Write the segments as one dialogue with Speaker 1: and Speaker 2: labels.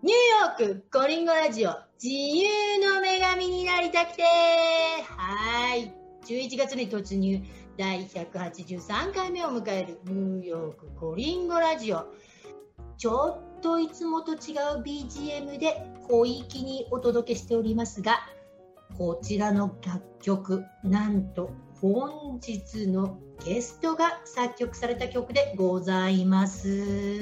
Speaker 1: ニューヨークコリンゴラジオ自由の女神になりたくて、はい、11月に突入、第183回目を迎えるニューヨークコリンゴラジオ。ちょっといつもと違う BGM で小粋にお届けしておりますが、こちらの楽曲、なんと本日のゲストが作曲された曲でございます。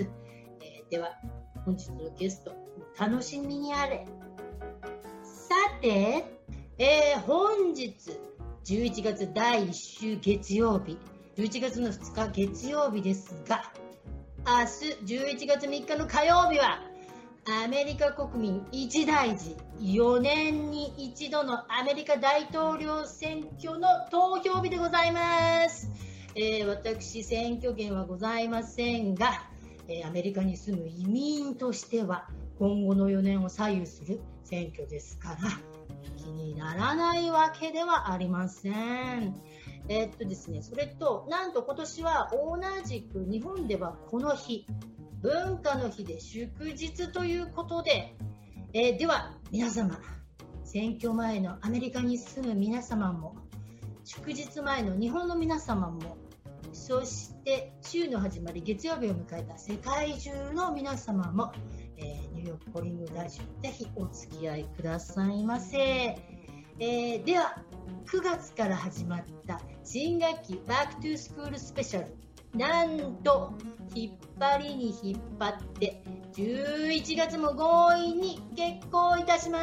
Speaker 1: では本日のゲスト、楽しみにあれ。さて、本日11月第1週月曜日、11月の2日月曜日ですが、明日11月3日の火曜日はアメリカ国民一大事、4年に一度のアメリカ大統領選挙の投票日でございます。私選挙権はございませんが、アメリカに住む移民としては今後の4年を左右する選挙ですから、気にならないわけではありません。ですね、それとなんと今年は同じく日本ではこの日、文化の日で祝日ということで、では皆様、選挙前のアメリカに住む皆様も、祝日前の日本の皆様も、そして週の始まり月曜日を迎えた世界中の皆様も、ニューヨークコリングラジオ、ぜひお付き合いくださいませ。では9月から始まった新学期バックトゥースクールスペシャル、なんと引っ張りに引っ張って11月も強引に決行いたします。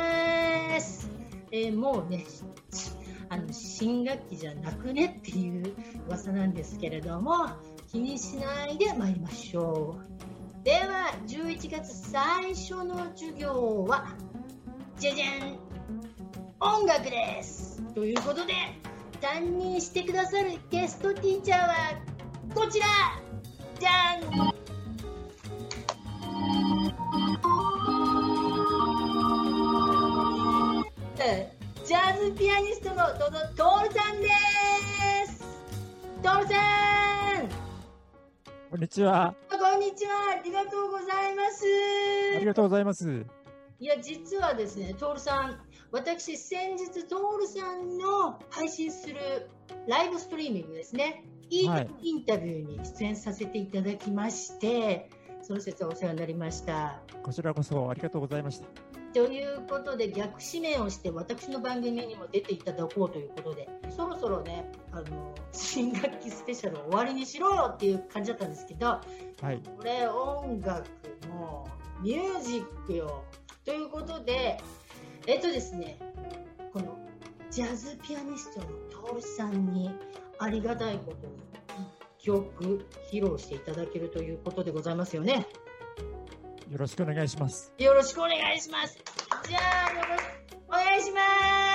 Speaker 1: もうね、新学期じゃなくねっていう噂なんですけれども、気にしないで参りましょう。では11月最初の授業はじゃじゃん、音楽です。ということで担任してくださるゲストティーチャーはこちら、じゃん、ジャズピアニストのトールさんです。トールさん、
Speaker 2: こんにちは。
Speaker 1: こんにちは。ありがとうございます。
Speaker 2: ありがとうございます。
Speaker 1: いや、実はですね、トールさん、私先日トールさんの配信するライブストリーミングですね、インタビューに出演させていただきまして、その説はお世話になりました。
Speaker 2: こちらこそありがとうございました。
Speaker 1: ということで逆指名をして私の番組にも出ていただこうということで、そろそろね、新学期スペシャルを終わりにしろよっていう感じだったんですけど、はい、これ音楽もミュージックよということで、ですね、このジャズピアニストのトールさんにありがたいことに1曲披露していただけるということでございますよね。
Speaker 2: よろしくお願いします。
Speaker 1: よろしくお願いします。じゃあよろしくお願いします。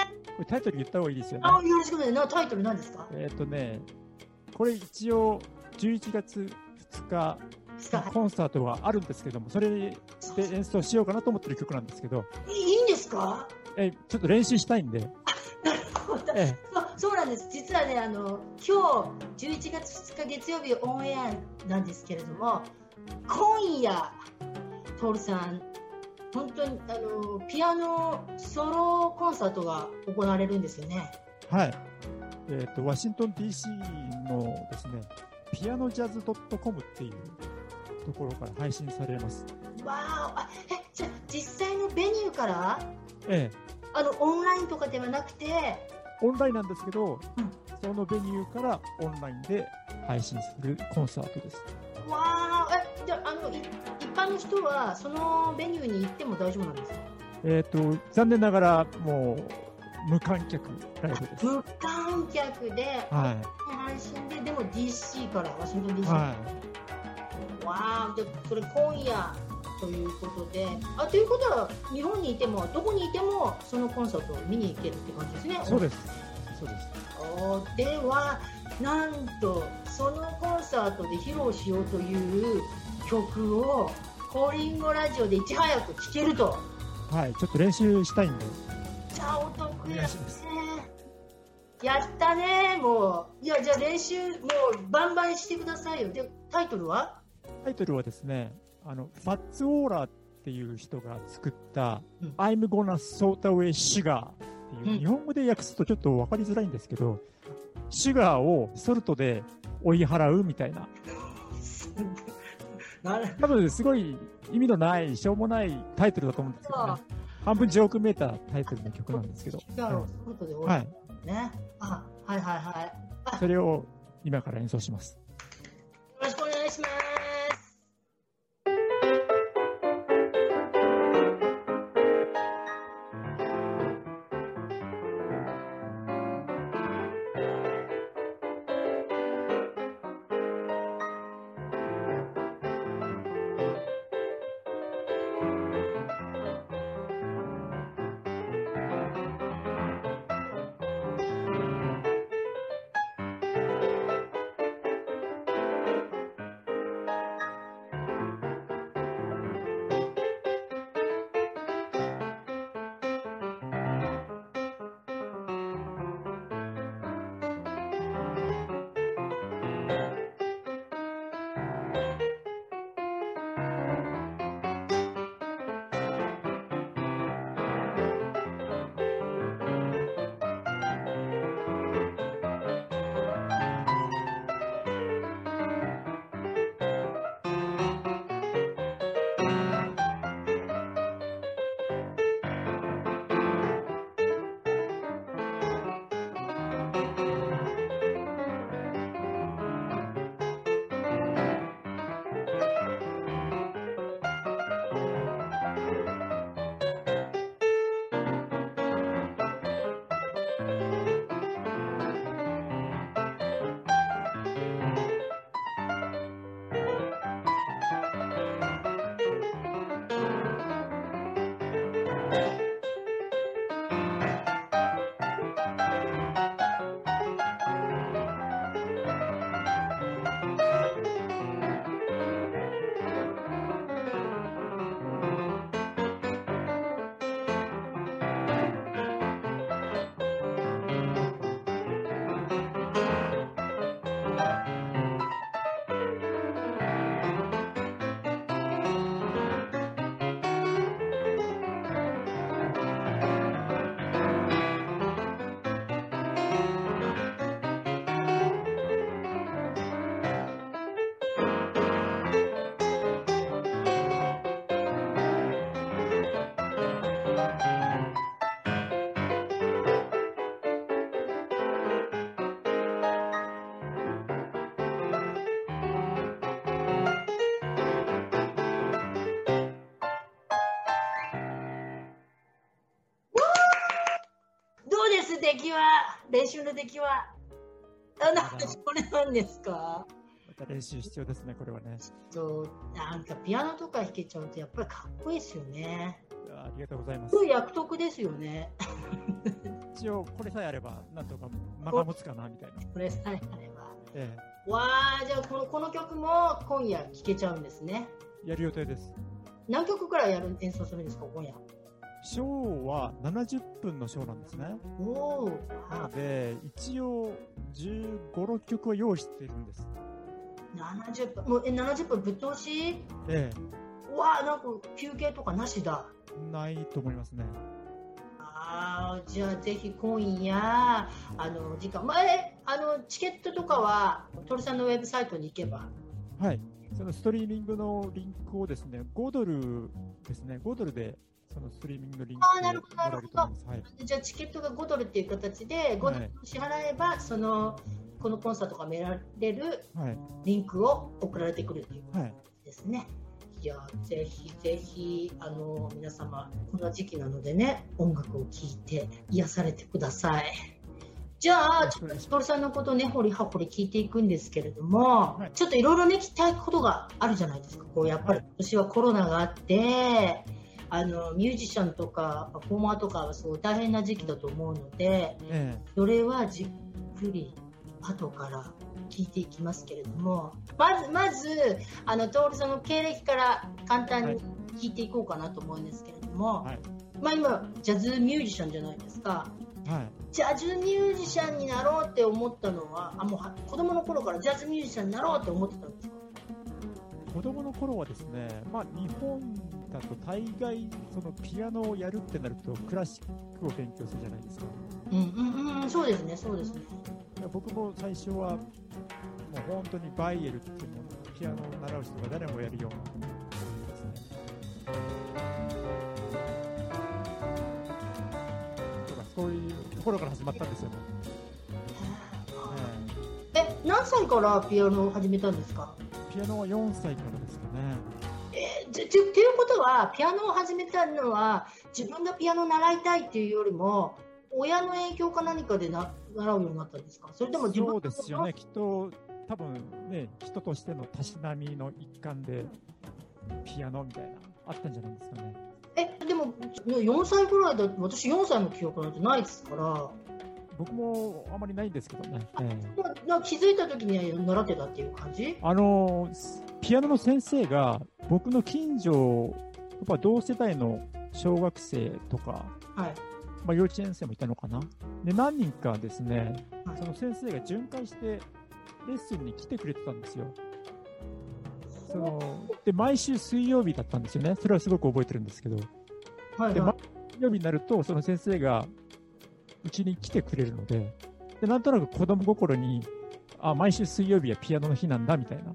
Speaker 2: これタイトル言った方がいいですよね。
Speaker 1: よろしくお願いします。タイトル何ですか？
Speaker 2: これ一応11月2日コンサートがあるんですけども、それで演奏しようかなと思ってる曲なんですけど。
Speaker 1: いいんですか？
Speaker 2: ちょっと練習したいんで。
Speaker 1: なるほど。そうなんです。実はね、今日11月2日月曜日オンエアなんですけれども、今夜トールさん、本当にピアノソロコンサートが行われるんですよね。
Speaker 2: はい。ワシントン DC のですね、ピアノジャズ .com っていうところから配信されます。
Speaker 1: わー、じゃあ実際のベニューから？オンラインとかではなくて？
Speaker 2: オンラインなんですけど、そのベニューからオンラインで配信するコンサートです。
Speaker 1: わー、じゃあ一般の人はそのベニューに行っても大丈夫なんですか？
Speaker 2: 残念ながらもう無観客ライブです。
Speaker 1: 無観客で、配信で、でも DC からワシントン DC から、わー、じゃあそれ今夜ということで、ということは日本にいてもどこにいてもそのコンサートを見に行けるって感じですね。
Speaker 2: そうです、そうです。
Speaker 1: ではなんとそのコンサートで披露しようという曲をコリンゴラジオでいち早く聴けると。
Speaker 2: はい、ちょっと練習したいんで。
Speaker 1: じゃあお得やね。やったね。もういや、じゃあ練習もうバンバンしてくださいよ。でタイトルは？
Speaker 2: タイトルはですね、ファッツオーラっっていう人が作った、
Speaker 1: うん、
Speaker 2: I'm gonna sort away sugar っていう、
Speaker 1: うん、
Speaker 2: 日本語で訳すとちょっと分かりづらいんですけど、シュガーをソルトで追い払うみたいな。多分すごい意味のないしょうもないタイトルだと思うんですけどね。半分ジョークめいたタイトルの曲なんですけど。
Speaker 1: はい。ね。あ、はいはいはい。
Speaker 2: それを今から演奏します。
Speaker 1: よろしくお願いします。出来は、練習の出来は、これなんですか？
Speaker 2: また練習必要ですね、これはね。
Speaker 1: なんかピアノとか弾けちゃうとやっぱりかっこいいですよね。
Speaker 2: ありがとうございます。
Speaker 1: すごい役得ですよね。
Speaker 2: 一応これさえあればなんとか間が持つかなみたいな。
Speaker 1: これさえあれば。わあ、じゃあこの曲も今夜聴けちゃうんですね。
Speaker 2: やる予定です。
Speaker 1: 何曲くらい演奏するんですか、今夜？
Speaker 2: ショーは70分のショーなんですね。なので一応15、6曲は用意しているんです。
Speaker 1: 70分、もう70分ぶっ通し？わあ、なんか休憩とかなしだ。
Speaker 2: ないと思いますね。
Speaker 1: じゃあぜひ今夜時間チケットとかは鳥さんのウェブサイトに行けば、
Speaker 2: はい、そのストリーミングのリンクをですね、$5ですね、$5でそのストリーミングのリンクをもらえると思います。はい、
Speaker 1: じゃあチケットが$5っていう形で$5支払えば、このコンサートが見られるリンクを送られてくるということですね。いや、ぜひぜひ皆様この時期なのでね、音楽を聴いて癒されてください。じゃあちょっとひとりさんのことね、掘り葉掘り聞いていくんですけれども、ちょっといろいろね聞きたいことがあるじゃないですか。やっぱり今年はコロナがあってミュージシャンとかパフォーマーとかはすごい大変な時期だと思うので、それはじっくり後から聞いていきますけれども、まず徹さんの経歴から簡単に聞いていこうかなと思うんですけれども、今ジャズミュージシャンじゃないですか。ジャズミュージシャンになろうって思ったのはもう子供の頃からジャズミュージシャンになろうって思ってたんですか？
Speaker 2: 子供の頃はですね、日本だと大概そのピアノをやるってなるとクラシックを勉強するじゃないですか。
Speaker 1: そうですね、そうですね。
Speaker 2: 僕も最初はもう本当にバイエルっていうもの、ピアノを習う人が誰もやるようなですね。そういうところから始まったんですよね。
Speaker 1: 何歳からピアノを始めたんですか？
Speaker 2: ピアノは4歳からですかね。
Speaker 1: っていうことはピアノを始めたのは自分がピアノを習いたいっていうよりも親の影響か何かで習うようになったんですか？それとも自分？
Speaker 2: そうですよね。きっと多分ね、人としてのたしなみの一環でピアノみたいなあったんじゃないですかね。
Speaker 1: でも4歳ぐらいだと私4歳の記憶なんてないですから。
Speaker 2: 僕もあまりないんですけどね。
Speaker 1: 気づいた時には習ってたっていう感じ？
Speaker 2: ピアノの先生が僕の近所、やっぱ同世代の小学生とか、幼稚園生もいたのかな。で、何人かですね、その先生が巡回してレッスンに来てくれてたんですよ。で、毎週水曜日だったんですよね。それはすごく覚えてるんですけど。で、毎週水曜日になると、その先生がうちに来てくれるので、なんとなく子供心に、毎週水曜日はピアノの日なんだみたいな。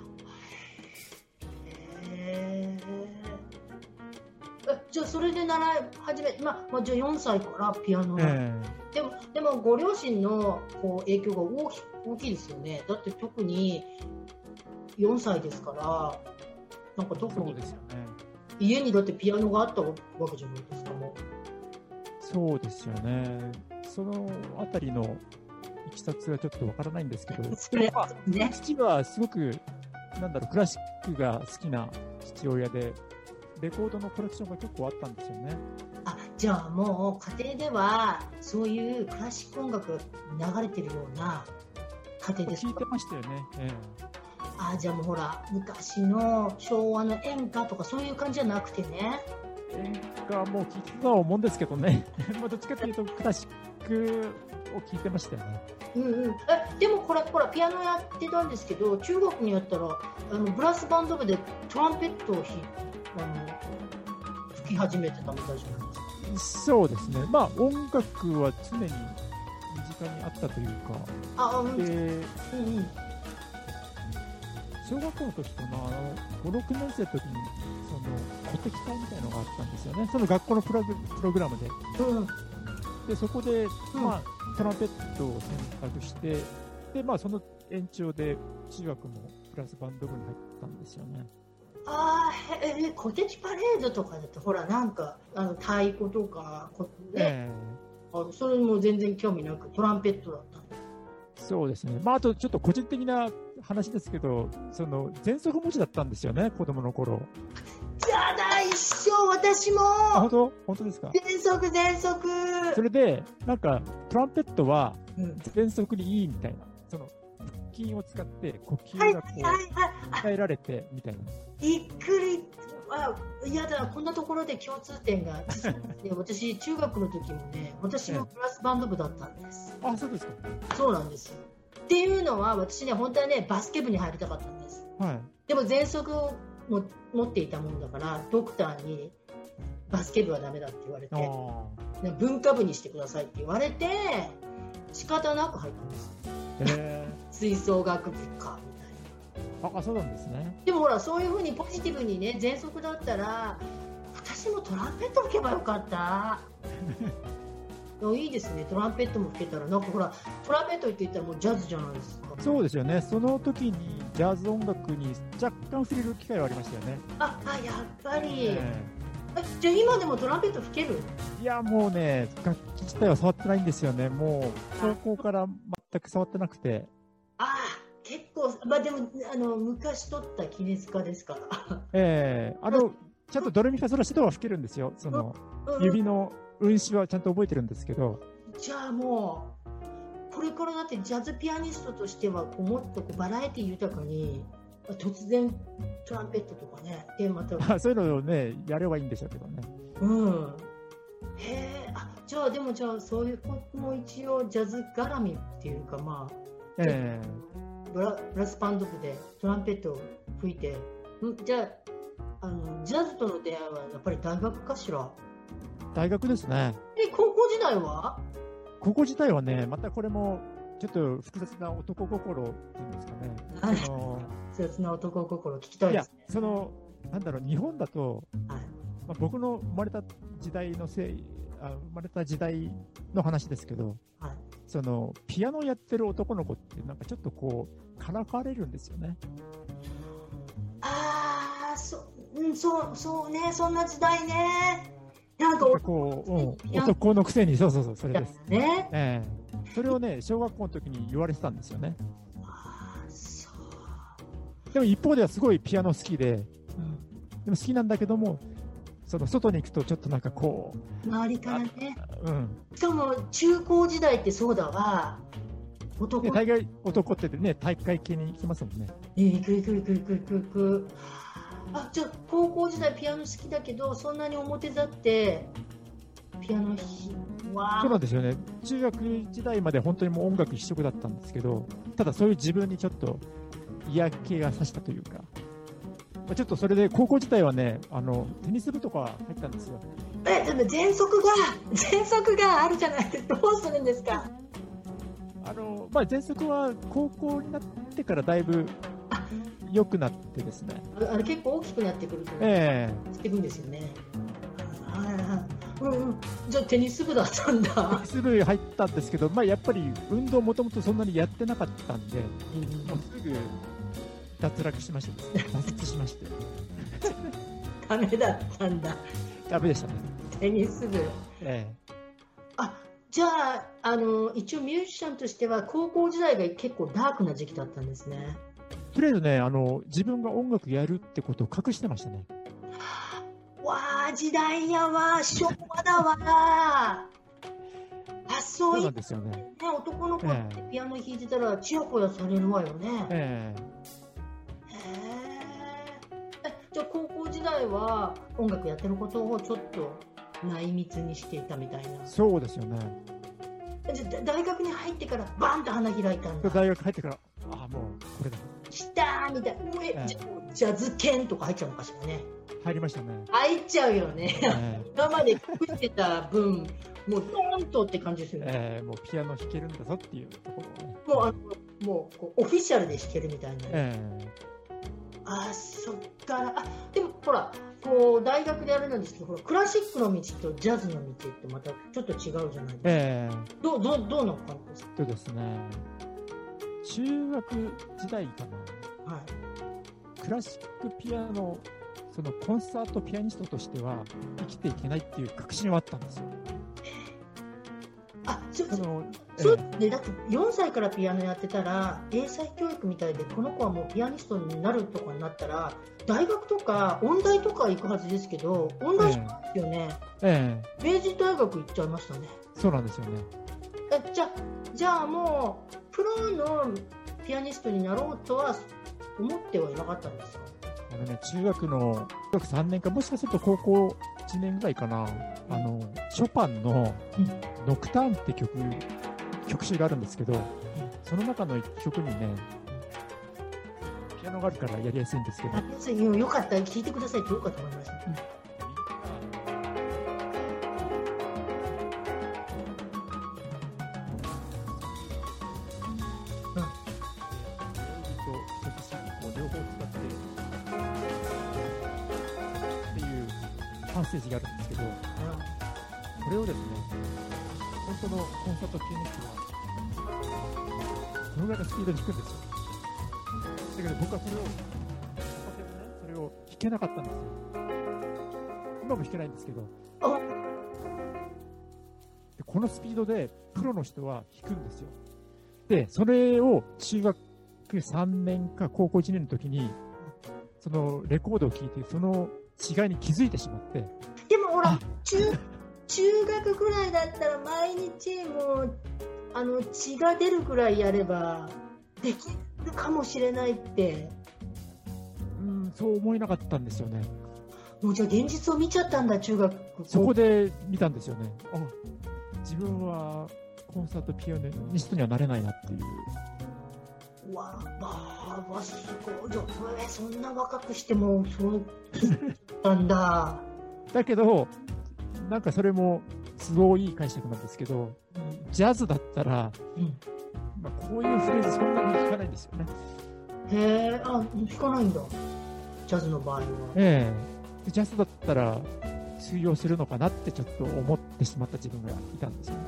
Speaker 1: じゃあそれで習い始め、じゃあ4歳からピアノ、でもご両親の影響が大きいですよね。だって特に4歳ですから、なんか特に家にだってピアノがあったわけじゃないですか。もう
Speaker 2: そうですよね。そのあたりのいきさつはちょっとわからないんですけど、父はすごくクラシックが好きな父親で、レコードのコレクションが結構あったんですよね。
Speaker 1: じゃあもう家庭ではそういうクラシック音楽流れてるような家庭ですか？
Speaker 2: 聞いてましたよね。
Speaker 1: じゃあもうほら昔の昭和の演歌とかそういう感じじゃなくてね。
Speaker 2: 演歌も聞いてたと思うんですけどね。どっちかというとクラシックを聞いてましたよね。
Speaker 1: でもほらピアノやってたんですけど、中国にやったらブラスバンド部でトランペットを吹き始めてたみたいじゃないですか。そうですね。音楽は常に身近にあったというか。小学校の時かな、5、6年生の時に鼓笛隊みたいなのがあったんですよね。その学校のプログラムで。でそこで、トランペットを選択して、でその延長で中学もブラスバンド部に入ったんですよね。鼓笛パレードとかだとほら太鼓とかそれも全然興味なくトランペットだったんです。そうですね。あとちょっと個人的な話ですけど、喘息持ちだったんですよね、子供の頃。じゃあ一緒、私も。本当ですか？喘息。それでトランペットは喘息にいいみたいな、腹筋を使って呼吸が鍛えられてみたいな。びっくり。嫌だ、こんなところで共通点が私中学の時もね、私もブラスバンド部だったんです。そうですか？そうなんですよ。っていうのは私ね、本当はねバスケ部に入りたかったんです。でも喘息を持っていたもんだからドクターにバスケ部はダメだって言われて、文化部にしてくださいって言われて仕方なく入ったんですよ。吹奏楽部か。そうなんですね。でもほらそういう風にポジティブにね、喘息だったら私もトランペット吹けばよかった。いいですね、トランペットも吹けたら。ほらトランペットって言ったらもうジャズじゃないですか。そうですよね。その時にジャズ音楽に若干触れる機会はありましたよね。やっぱり。じゃあ今でもトランペット吹ける？いやもうね、楽器自体は触ってないんですよね。もう高校から全く触ってなくて。結構、でも昔取った記念家ですから。ちゃんとドレミファソラシドは吹けるんですよ。指の運指はちゃんと覚えてるんですけど。じゃあもうこれからだってジャズピアニストとしてはもっとバラエティ豊かに突然トランペットとかね、またそういうのをねやればいいんでしょうけどね。じゃあそういうことも一応ジャズ絡みっていうかブラスバンド部でトランペットを吹いて、じゃあジャズとの出会いはやっぱり大学かしら？
Speaker 2: 大学ですね。
Speaker 1: 高校時代は？
Speaker 2: 高校時代はね、またこれもちょっと複雑な男心っていうんですかね。
Speaker 1: 複雑な男心聞きたいですね。
Speaker 2: いや、なんだろう、日本だと、僕の生まれた時代の話ですけど、ピアノをやってる男の子ってなんかちょっとこうからかわれるんですよね。
Speaker 1: そうね、そんな時代ね。なんか
Speaker 2: こう、男のくせに、そう、それです。ね。それをね、小学校の時に言われてたんですよね。でも一方ではすごいピアノ好きで、でも好きなんだけども、外に行くとちょっとなんかこう
Speaker 1: 周りからね、しかも中高時代ってそうだわ、
Speaker 2: 大概男ってね、体育会系に行きますもんね。
Speaker 1: 行く。じゃあ高校時代ピアノ好きだけど、そんなに表立ってピアノ
Speaker 2: そうなんですよね。中学時代まで本当にもう音楽一色だったんですけど、ただそういう自分にちょっと嫌気がさしたというか、ちょっとそれで高校時代はね、テニス部とか入ったんですよ。
Speaker 1: でも喘息があるじゃないですか。どうするんですか？
Speaker 2: 喘息は高校になってからだいぶ良くなってですね。
Speaker 1: 結構大きくなってくるとしていくんですよね。じゃあテニス部だったんだ。
Speaker 2: テニス部入ったんですけど、やっぱり運動もともとそんなにやってなかったんで、もうすぐ脱落しましてですね、挫折しまして。
Speaker 1: ダメだったんだ。
Speaker 2: ダメでしたね。
Speaker 1: テニス部。じゃあ、一応ミュージシャンとしては高校時代が結構ダークな時期だったんですね。
Speaker 2: とりあえずね、自分が音楽やるってことを隠してましたね。
Speaker 1: 時代やわ、昭和だわ。そうなんですよね。男の子ってピアノ弾いてたらチヤホヤされるわよね。じゃあ高校時代は音楽やってることをちょっと内密にしていたみたいな。
Speaker 2: そうですよね。
Speaker 1: じゃあ大学に入ってからバンと花開いたんだ。
Speaker 2: 大学入ってからもうこれだ
Speaker 1: 来たーみたいな。ジャズ犬とか入っちゃうのかしらね。
Speaker 2: 入りましたね。
Speaker 1: 入っちゃうよね。今まで隠してた分、もうドーンとって感じですよね。
Speaker 2: もうピアノ弾けるんだぞっていうところをね。
Speaker 1: もうオフィシャルで弾けるみたいな。そっから。でもほら、大学でやるんですけど、クラシックの道とジャズの道ってまたちょっと違うじゃないですか。どうなのかですか？
Speaker 2: ですね。中学時代かな。クラシックピアノ、コンサートピアニストとしては生きていけないっていう確信はあったんですよ。
Speaker 1: そうね。だって4歳からピアノやってたら英才教育みたいで、この子はもうピアニストになるとかになったら大学とか音大とか行くはずですけど、音大じゃないですよね。明治大学行っちゃいましたね。
Speaker 2: そうなんですよね。
Speaker 1: じゃあもうプロのピアニストになろうとは思ってはいなかったんですか？
Speaker 2: 中学3年か、もしかすると高校1年ぐらいかな、ショパンのノクターンって曲集があるんですけど、その中の一曲にね、ピアノがあるからやりやすいんですけど。
Speaker 1: よかった、聴いてくださいってよかったと思いました。
Speaker 2: メッセージがあるんですけど、これをですね、本当のコンサートピアニストはこのぐらいのスピードで弾くんですよ。だけど僕はそれを弾けなかったんですよ。今も弾けないんですけど、でこのスピードでプロの人は弾くんですよ。でそれを中学3年か高校1年の時にそのレコードを聴いて、その違いに気づいてしまって。
Speaker 1: でもほら、中学ぐらいだったら毎日もう血が出るぐらいやればできるかもしれないって。
Speaker 2: そう思えなかったんですよね。
Speaker 1: もうじゃあ現実を見ちゃったんだ、中学。
Speaker 2: そこで見たんですよね。自分はコンサートピアニストにはなれないなっていう。
Speaker 1: わあ、すごい。そんな若くしてもそうなんだ。
Speaker 2: だけどなんかそれもすごいいい解釈なんですけど、ジャズだったら、こういうフレーズそんなに聞かないんですよね。
Speaker 1: へえ、聞かないんだ、ジャズの場合は。
Speaker 2: ジャズだったら通用するのかなってちょっと思ってしまった自分がいたんですよね。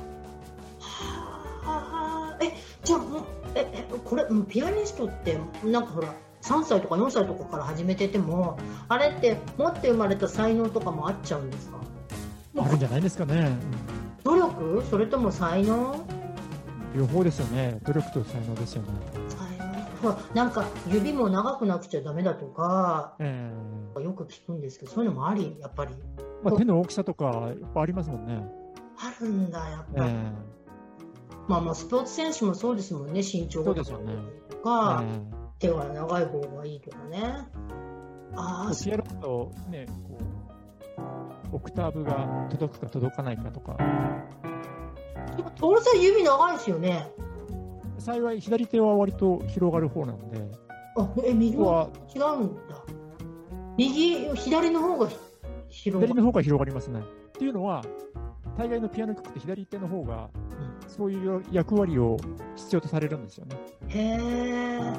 Speaker 1: じゃあこれピアニストってなんかほら3歳とか4歳とかから始めてても、あれって持って生まれた才能とかもあっちゃうんですか？
Speaker 2: あるんじゃないですかね。
Speaker 1: 努力？それとも才能？
Speaker 2: 両方ですよね。努力と才能ですよね。
Speaker 1: ほら、なんか指も長くなくちゃダメだとか、よく聞くんですけど、そういうのもあり、やっぱり。
Speaker 2: 手の大きさとかやっぱありますもんね。
Speaker 1: あるんだ、やっぱり。スポーツ選手もそうですもんね。身長が高いとか、手は長い方がいいとかね。
Speaker 2: ピアノとね、オクターブが届くか届かないかとか。
Speaker 1: 徹さん指長いですよね。
Speaker 2: 幸い左手は割と広がる方なんで。
Speaker 1: 右は違うんだ。左の方が
Speaker 2: 左の方が広がりますね。っていうのは、大概のピアノ曲って左手の方が、そういう役割を必要とされるんですよね。
Speaker 1: へー。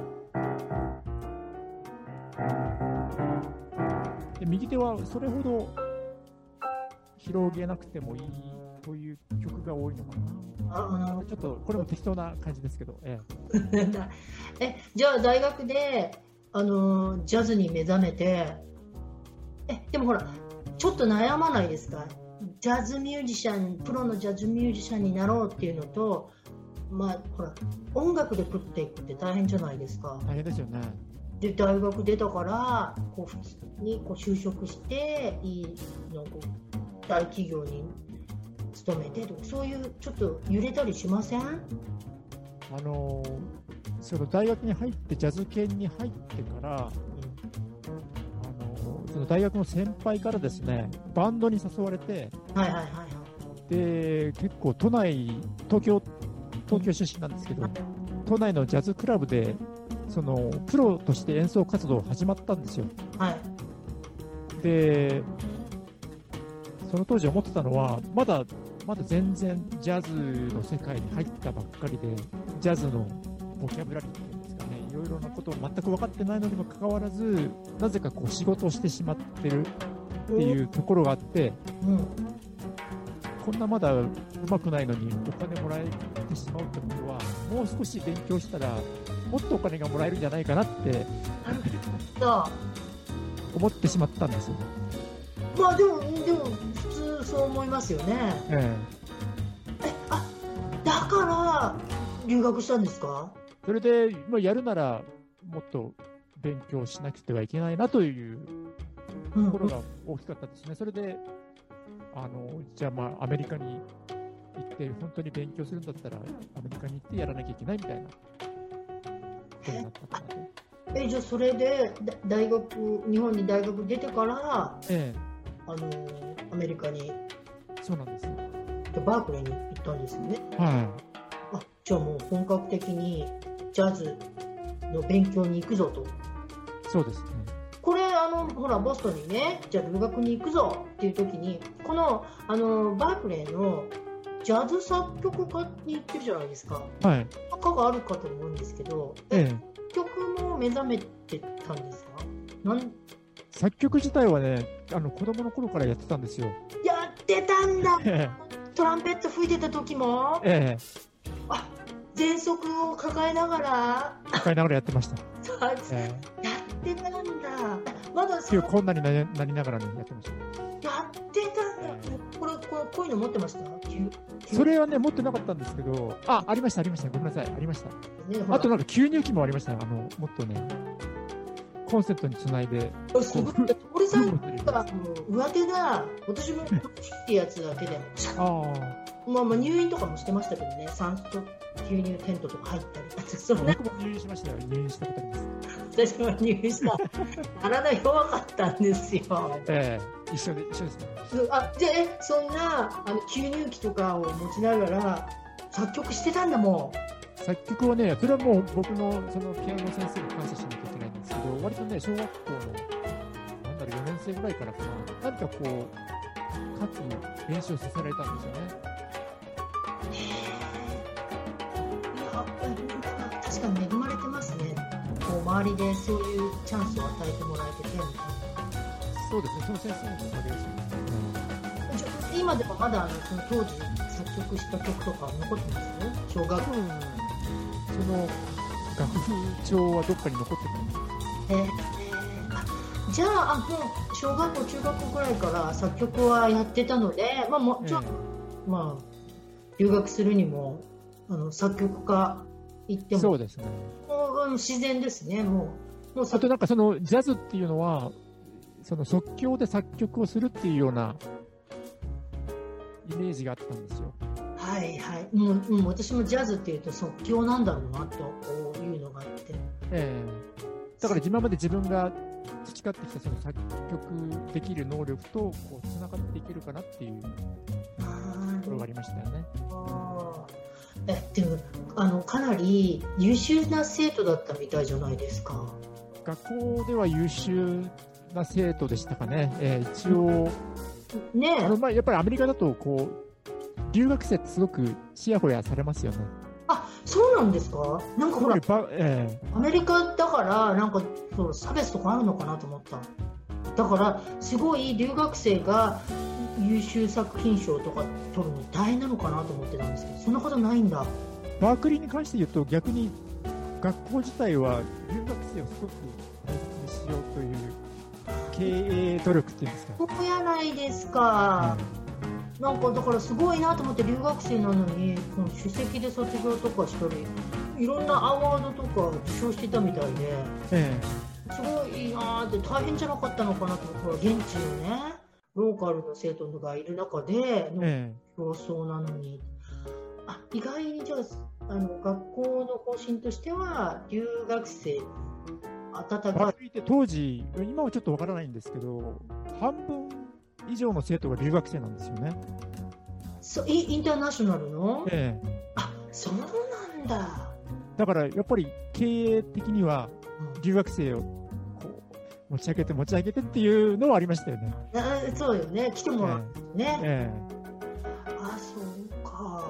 Speaker 2: で、右手はそれほど広げなくてもいいという曲が多いのかな。ちょっとこれも適当な感じですけど。
Speaker 1: じゃあ大学でジャズに目覚めて、でもほらちょっと悩まないですか？ジャズミュージシャン、プロのジャズミュージシャンになろうっていうのと、ほら音楽で食っていくって大変じゃないですか。
Speaker 2: 大変ですよね。
Speaker 1: で大学出たから普通に就職していいの大企業に勤めてとか、そういうちょっと揺れたりしません？
Speaker 2: その大学に入ってジャズ系に入ってから、その大学の先輩からですね、バンドに誘われて、で結構東京出身なんですけど、都内のジャズクラブでそのプロとして演奏活動を始まったんですよ。でその当時思ってたのは、まだ全然ジャズの世界に入ったばっかりで、ジャズのボキャブラリーっていうんですかね、いろいろなことを全く分かってないのにもかかわらず、なぜか仕事をしてしまってるっていうところがあって、こんなまだうまくないのにお金もらえてしまうってことは、もう少し勉強したらもっとお金がもらえるんじゃないかなって思ってしまったんですよ。
Speaker 1: でも普通そう思いますよね。だから留学したんですか？
Speaker 2: それで、やるならもっと勉強しなくてはいけないなというところが大きかったですね。それでじゃあアメリカに行って本当に勉強するんだったらアメリカに行ってやらなきゃいけないみたいなことになったかな。
Speaker 1: じゃあそれで日本に大学出てから、アメリカに。
Speaker 2: そうなんです。
Speaker 1: バークレーに行ったんですよね。じゃあもう本格的にジャズの勉強に行くぞと。
Speaker 2: そうですね。
Speaker 1: これほらボストンにね、じゃあ留学に行くぞっていう時に、このバークレーのジャズ作曲家に行ってるじゃないですか。科があるかと思うんですけど、曲も目覚めてたんですか？
Speaker 2: 作曲自体はね、子供の頃からやってたんですよ。
Speaker 1: やってたんだ。トランペット吹いてた時も、喘息を抱えながら
Speaker 2: やってました。
Speaker 1: やってたんだ。まだ
Speaker 2: こんなになりながらね、やってました。
Speaker 1: やってたんだ。こういうの持ってました？
Speaker 2: それはね、持ってなかったんですけど、ありました。ごめんなさい、ありました。あとなんか吸入器もありました。もっとね、コンセントにつないで。
Speaker 1: 俺さんが上手だ。私もってやつだけでも。入院とかもしてましたけどね。酸素吸入テントとか入ったり。
Speaker 2: 僕も入院しましたよ。入院したことあります。
Speaker 1: 私も入院した。体弱かったんですよ。
Speaker 2: 一緒ですね。
Speaker 1: そんな吸入器とかを持ちながら作曲してたんだもん。
Speaker 2: 作曲はね、それはもう僕のそのピアノの先生に感謝しなきゃいけないんですけど、割とね、小学校の4年生ぐらいからかな、何かこう、かつ練習をさせられたんですよね。
Speaker 1: 確かに恵まれてますね。こう周りでそういうチャンスを与えてもらえててみたいな。
Speaker 2: そうですね、その先生のおかげですよね。
Speaker 1: 今でもまだその当時作曲した曲とか残ってますよ。小学校。
Speaker 2: その楽譜帳はどっかに残ってるんですか？
Speaker 1: じゃあ、もう小学校中学校ぐらいから作曲はやってたので、まあもちろん、まあ留学するにも作曲家行っても
Speaker 2: そうですね。
Speaker 1: もう自然ですね。もう
Speaker 2: あとなんかそのジャズっていうのはその即興で作曲をするっていうようなイメージがあったんですよ。
Speaker 1: はいはい。もう私もジャズっていうと即興なんだろうなとこういうのがあって。
Speaker 2: だから今まで自分が培ってきたその作曲できる能力とこうつながっていけるかなっていうところがありましたよね。
Speaker 1: でもかなり優秀な生徒だったみたいじゃないですか。
Speaker 2: 学校では優秀な生徒でしたかね。一応ね、やっぱりアメリカだとこう留学生ってすごくちやほやされますよね。
Speaker 1: あ、そうなんですか。なんかほら、アメリカだからなんかそう差別とかあるのかなと思った。だからすごい留学生が優秀作品賞とか取るの大変なのかなと思ってたんですけど、そんなことないんだ。
Speaker 2: バークリーに関して言うと逆に学校自体は留学生をすごく大切にしようという経営努力っていうんですか。
Speaker 1: そうやないですか。なんかだからすごいなと思って、留学生なのにこの首席で卒業とかしたりいろんなアワードとか受賞してたみたいで、すごいいいなって。大変じゃなかったのかなと思って、現地のねローカルの生徒がいる中での競争なのに、意外にじゃあ学校の方針としては留学生温かい。
Speaker 2: 当時、今はちょっとわからないんですけど、半分以上の生徒が留学生なんですよね。
Speaker 1: インターナショナルの？そうなんだ。
Speaker 2: だからやっぱり経営的には留学生をこう持ち上げてっていうのはありましたよね。
Speaker 1: そうよね。来てもらうね。そうか。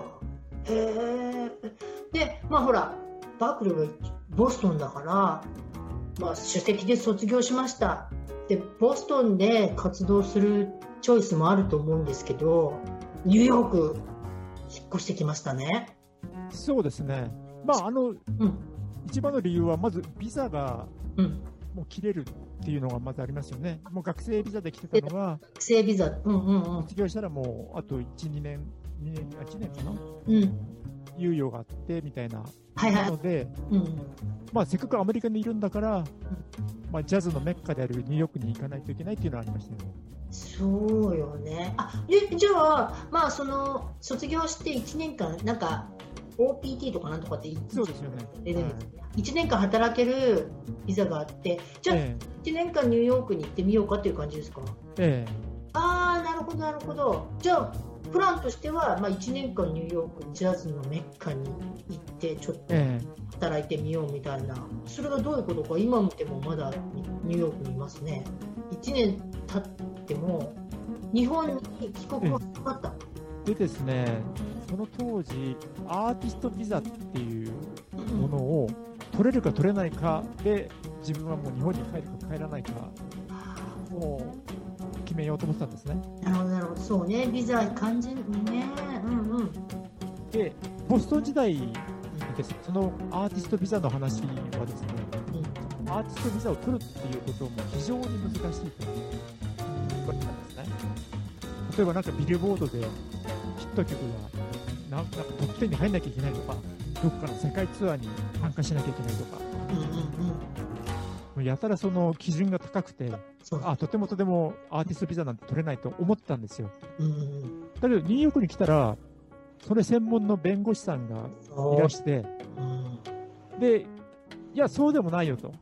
Speaker 1: で、まあほら、バークリーはボストンだから、まあ首席で卒業しました。で、ボストンで活動するチョイスもあると思うんですけど、ニューヨーク引っ越してきましたね。
Speaker 2: そうですね。まあ一番の理由はまずビザがもう切れるっていうのがまずありますよね。もう学生ビザで来てたのが
Speaker 1: 学生ビザ、
Speaker 2: 卒業したらもうあと1年かな、猶予があってみたいな。なので、まあせっかくアメリカにいるんだから、まあジャズのメッカであるニューヨークに行かないといけないっていうのはありましたよね。
Speaker 1: そうよね。じゃあ、まあその卒業して1年間なんか OPT とかなんとかって言って、
Speaker 2: そうですよね。
Speaker 1: 1年間働けるビザがあって、じゃあ1年間ニューヨークに行ってみようかっていう感じですか？なるほどなるほど。じゃあプランとしては、まあ、1年間ニューヨークジャズのメッカに行ってちょっと働いてみようみたいな、それがどういうことか。今見てもまだニューヨークにいますね。1年経っても日本に帰国はなかった。
Speaker 2: でですね、その当時アーティストビザっていうものを取れるか取れないかで、自分はもう日本に帰るか帰らないかもう決めようと思ってたんですね。
Speaker 1: なるほどなるほど。そうね、ビザ完全にね。
Speaker 2: でボストン時代にですね、そのアーティストビザの話はですね、アーティストビザを取るっていうことも非常に難しいと言われたんですね。例えばなんかビルボードでヒット曲がなんかトップ10に入んなきゃいけないとか、どっかの世界ツアーに参加しなきゃいけないとか、やたらその基準が高くて、とてもアーティストビザなんて取れないと思ってたんですよ。だけどニューヨークに来たらそれ専門の弁護士さんがいらして、でいやそうでもないよと、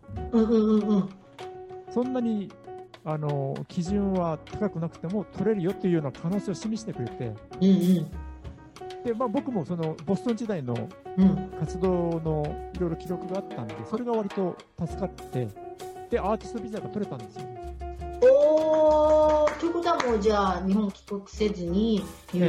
Speaker 2: そんなに基準は高くなくても取れるよっていうような可能性を示してくれて、 で、僕もそのボストン時代の活動のいろいろ記録があったんで、それが割と助かって、で、アーティストビザが取れたんですよ。
Speaker 1: おー、ということはもうじゃあ、日本帰国せずに、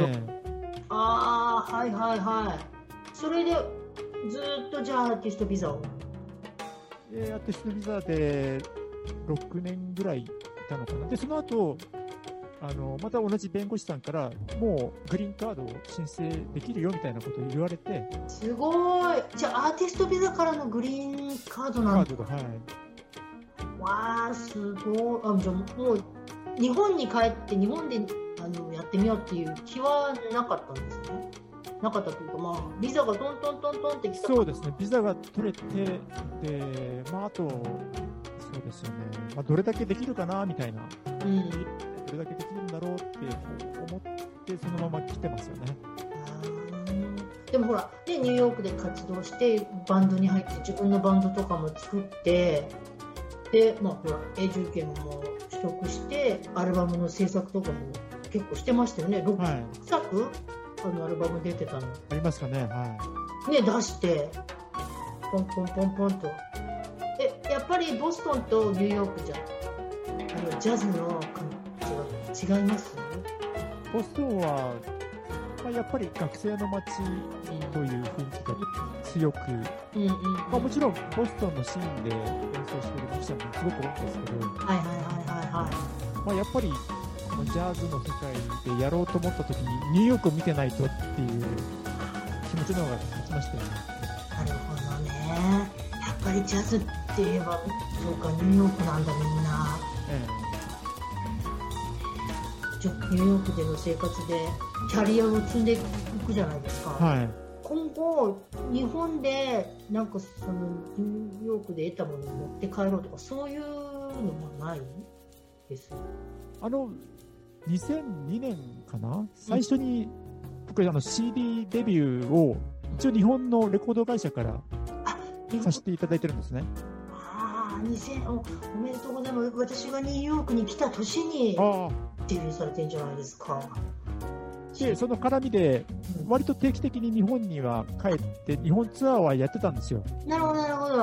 Speaker 1: はいはいはい。それで、ずっとじゃあアーティストビザを
Speaker 2: アーティストビザで6年ぐらいいたのかな。で、その後、また同じ弁護士さんから、もうグリーンカードを申請できるよみたいなことを言われて。
Speaker 1: すごい。じゃあアーティストビザからのグリーンカードなんだ。
Speaker 2: カードが、はい。
Speaker 1: わー、すごい。じゃあもう、日本に帰って日本でやってみようっていう気はなかったんですね。なかったというか、ビザがトントントントンってきた。
Speaker 2: そうですね、ビザが取れて、で、あと、そうですよね、どれだけできるかなみたいな、どれだけできるんだろうって思って、そのまま来てますよね。
Speaker 1: でもほら、ニューヨークで活動して、バンドに入って、自分のバンドとかも作って、で、ほら、永住権も取得して、アルバムの制作とかも結構してましたよね。6作、アルバム出てたの
Speaker 2: ありますかね。
Speaker 1: 出してポンポンポンポンと。やっぱりボストンとニューヨークじゃジャズの感じが違います？
Speaker 2: ボストンは、やっぱり学生の街という雰囲気が強く、もちろんボストンのシーンで演奏しているミュージシャンもすごく多いんですけど、やっぱりジャズの世界でやろうと思った時にニューヨークを見てないとっていう気持ちの方が勝ちましたよね。
Speaker 1: なるほどね。やっぱりジャズって言えばそうか、ニューヨークなんだみんな。ニューヨークでの生活でキャリアを積んでいくじゃないですか。今後日本でなんかそのニューヨークで得たものを持って帰ろうとかそういうのもないです。
Speaker 2: 2002年かな、最初に僕CD デビューを一応日本のレコード会社からさせていただいてるんですね。
Speaker 1: おめでとうございます。私がニューヨークに来た年にデビューされてるんじゃないですか。
Speaker 2: でその絡みで割と定期的に日本には帰って日本ツアーはやってたんですよ。
Speaker 1: なるほどなるほど。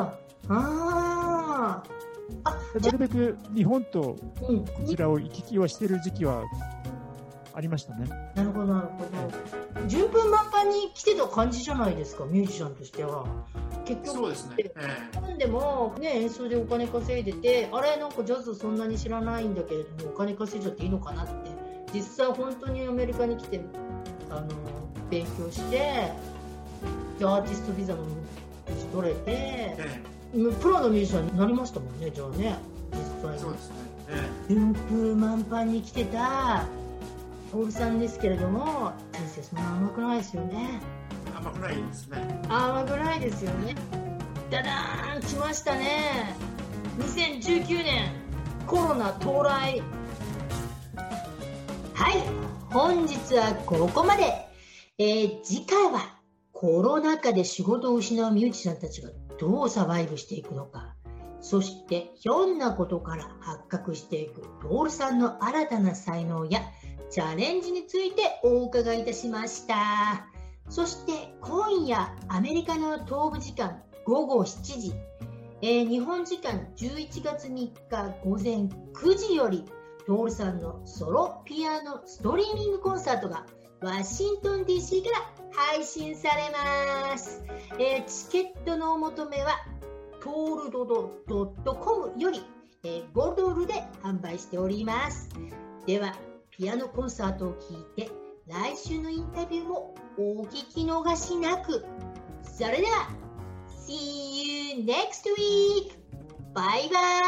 Speaker 2: なるべく日本とこちらを行き来はしてる時期はありましたね。
Speaker 1: なるほどなるほど。順風満帆に来てた感じじゃないですか、ミュージシャンとしては。結局
Speaker 3: そうですね。
Speaker 1: 日本でもね、演奏でお金稼いでて、あれなんかジャズそんなに知らないんだけれどもお金稼いじゃっていいのかなって、実際本当にアメリカに来て勉強してでアーティストビザも取れて、プロのミュージシャンになりましたもんね。じゃあね、実際
Speaker 3: そうですね。
Speaker 1: 順風満帆に来てた徹さんですけれども、人生そんな甘くないですよね。
Speaker 3: 甘くないですね。
Speaker 1: 甘くないですよね。ダダーン来ましたね。2019年コロナ到来。はい、本日はここまで。次回はコロナ禍で仕事を失うミュージシャンたちがどうサバイブしていくのか、そしてひょんなことから発覚していく徹さんの新たな才能やチャレンジについてお伺いいたしました。そして今夜アメリカの東部時間午後7時、日本時間11月3日午前9時より徹さんのソロピアノストリーミングコンサートがワシントン DC から配信されます。チケットのお求めはトールドド.com より、$5で販売しております。ではピアノコンサートを聴いて来週のインタビューもお聞き逃しなく。それでは See you next week! バイバイ。